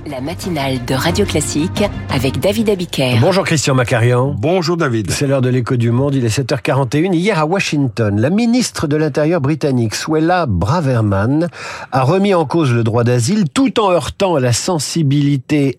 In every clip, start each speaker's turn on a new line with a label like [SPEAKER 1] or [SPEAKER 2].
[SPEAKER 1] La matinale de Radio Classique avec David Abiker.
[SPEAKER 2] Bonjour Christian Macarian.
[SPEAKER 3] Bonjour David.
[SPEAKER 2] C'est l'heure de l'écho du monde, il est 7h41. Hier à Washington, la ministre de l'Intérieur britannique, Suella Braverman, a remis en cause le droit d'asile tout en heurtant la sensibilité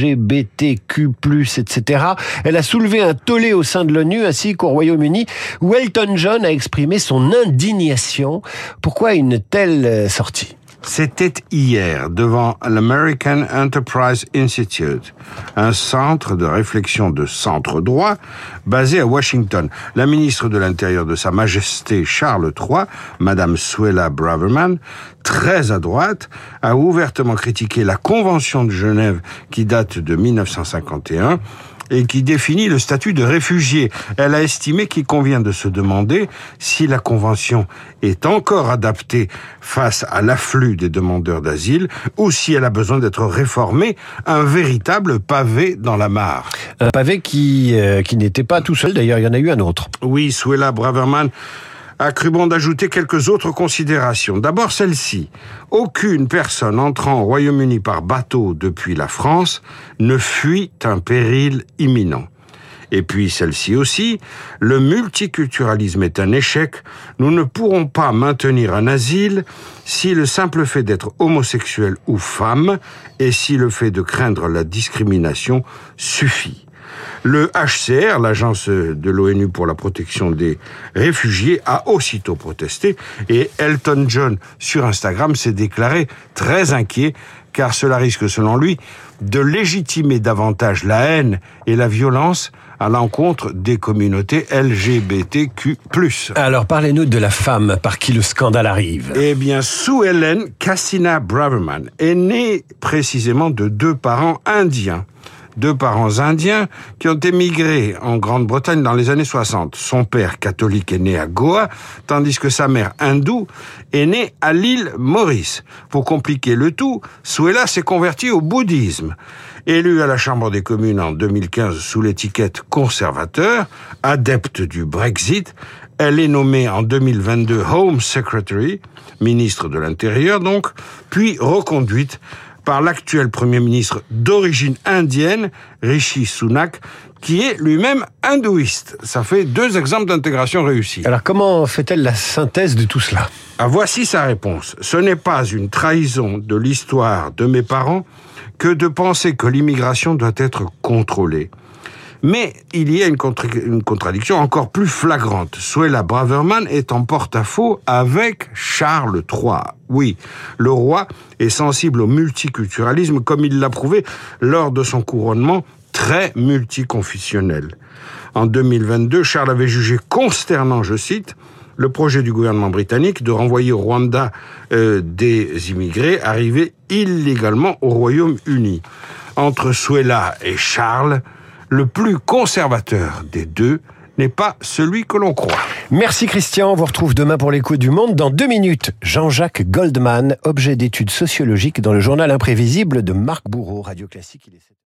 [SPEAKER 2] LGBTQ+, etc. Elle a soulevé un tollé au sein de l'ONU ainsi qu'au Royaume-Uni où Elton John a exprimé son indignation. Pourquoi une telle sortie ?
[SPEAKER 3] C'était hier devant l'American Enterprise Institute, un centre de réflexion de centre droit basé à Washington. La ministre de l'Intérieur de Sa Majesté Charles III, Madame Suella Braverman, très à droite, a ouvertement critiqué la Convention de Genève qui date de 1951 et qui définit le statut de réfugié. Elle a estimé qu'il convient de se demander si la Convention est encore adaptée face à l'afflux des demandeurs d'asile ou si elle a besoin d'être réformée, un véritable pavé dans la mare.
[SPEAKER 2] Un pavé qui n'était pas tout seul, d'ailleurs, il y en a eu un autre.
[SPEAKER 3] Oui, Suella Braverman a cru bon d'ajouter quelques autres considérations. D'abord celle-ci. Aucune personne entrant au Royaume-Uni par bateau depuis la France ne fuit un péril imminent. Et puis celle-ci aussi, le multiculturalisme est un échec. Nous ne pourrons pas maintenir un asile si le simple fait d'être homosexuel ou femme et si le fait de craindre la discrimination suffit. Le HCR, l'agence de l'ONU pour la protection des réfugiés, a aussitôt protesté et Elton John sur Instagram s'est déclaré très inquiet car cela risque, selon lui, de légitimer davantage la haine et la violence à l'encontre des communautés LGBTQ+.
[SPEAKER 2] Alors parlez-nous de la femme par qui le scandale arrive.
[SPEAKER 3] Eh bien, Sue Ellen Kassina Braverman est née précisément de deux parents indiens qui ont émigré en Grande-Bretagne dans les années 60. Son père catholique est né à Goa, tandis que sa mère hindoue est née à l'île Maurice. Pour compliquer le tout, Suella s'est convertie au bouddhisme. Élue à la Chambre des communes en 2015 sous l'étiquette conservateur, adepte du Brexit, elle est nommée en 2022 Home Secretary, ministre de l'Intérieur donc, puis reconduite par l'actuel Premier ministre d'origine indienne, Rishi Sunak, qui est lui-même hindouiste. Ça fait deux exemples d'intégration réussie.
[SPEAKER 2] Alors comment fait-elle la synthèse de tout cela ?
[SPEAKER 3] Voici sa réponse. Ce n'est pas une trahison de l'histoire de mes parents que de penser que l'immigration doit être contrôlée. Mais il y a une contradiction encore plus flagrante. Suella Braverman est en porte-à-faux avec Charles III. Oui, le roi est sensible au multiculturalisme comme il l'a prouvé lors de son couronnement très multiconfessionnel. En 2022, Charles avait jugé consternant, je cite, le projet du gouvernement britannique de renvoyer au Rwanda des immigrés arrivés illégalement au Royaume-Uni. Entre Suella et Charles, le plus conservateur des deux n'est pas celui que l'on croit.
[SPEAKER 2] Merci Christian, on vous retrouve demain pour l'écho du monde. Dans 2 minutes, Jean-Jacques Goldman, objet d'études sociologiques dans le journal imprévisible de Marc Bourreau, Radio Classique.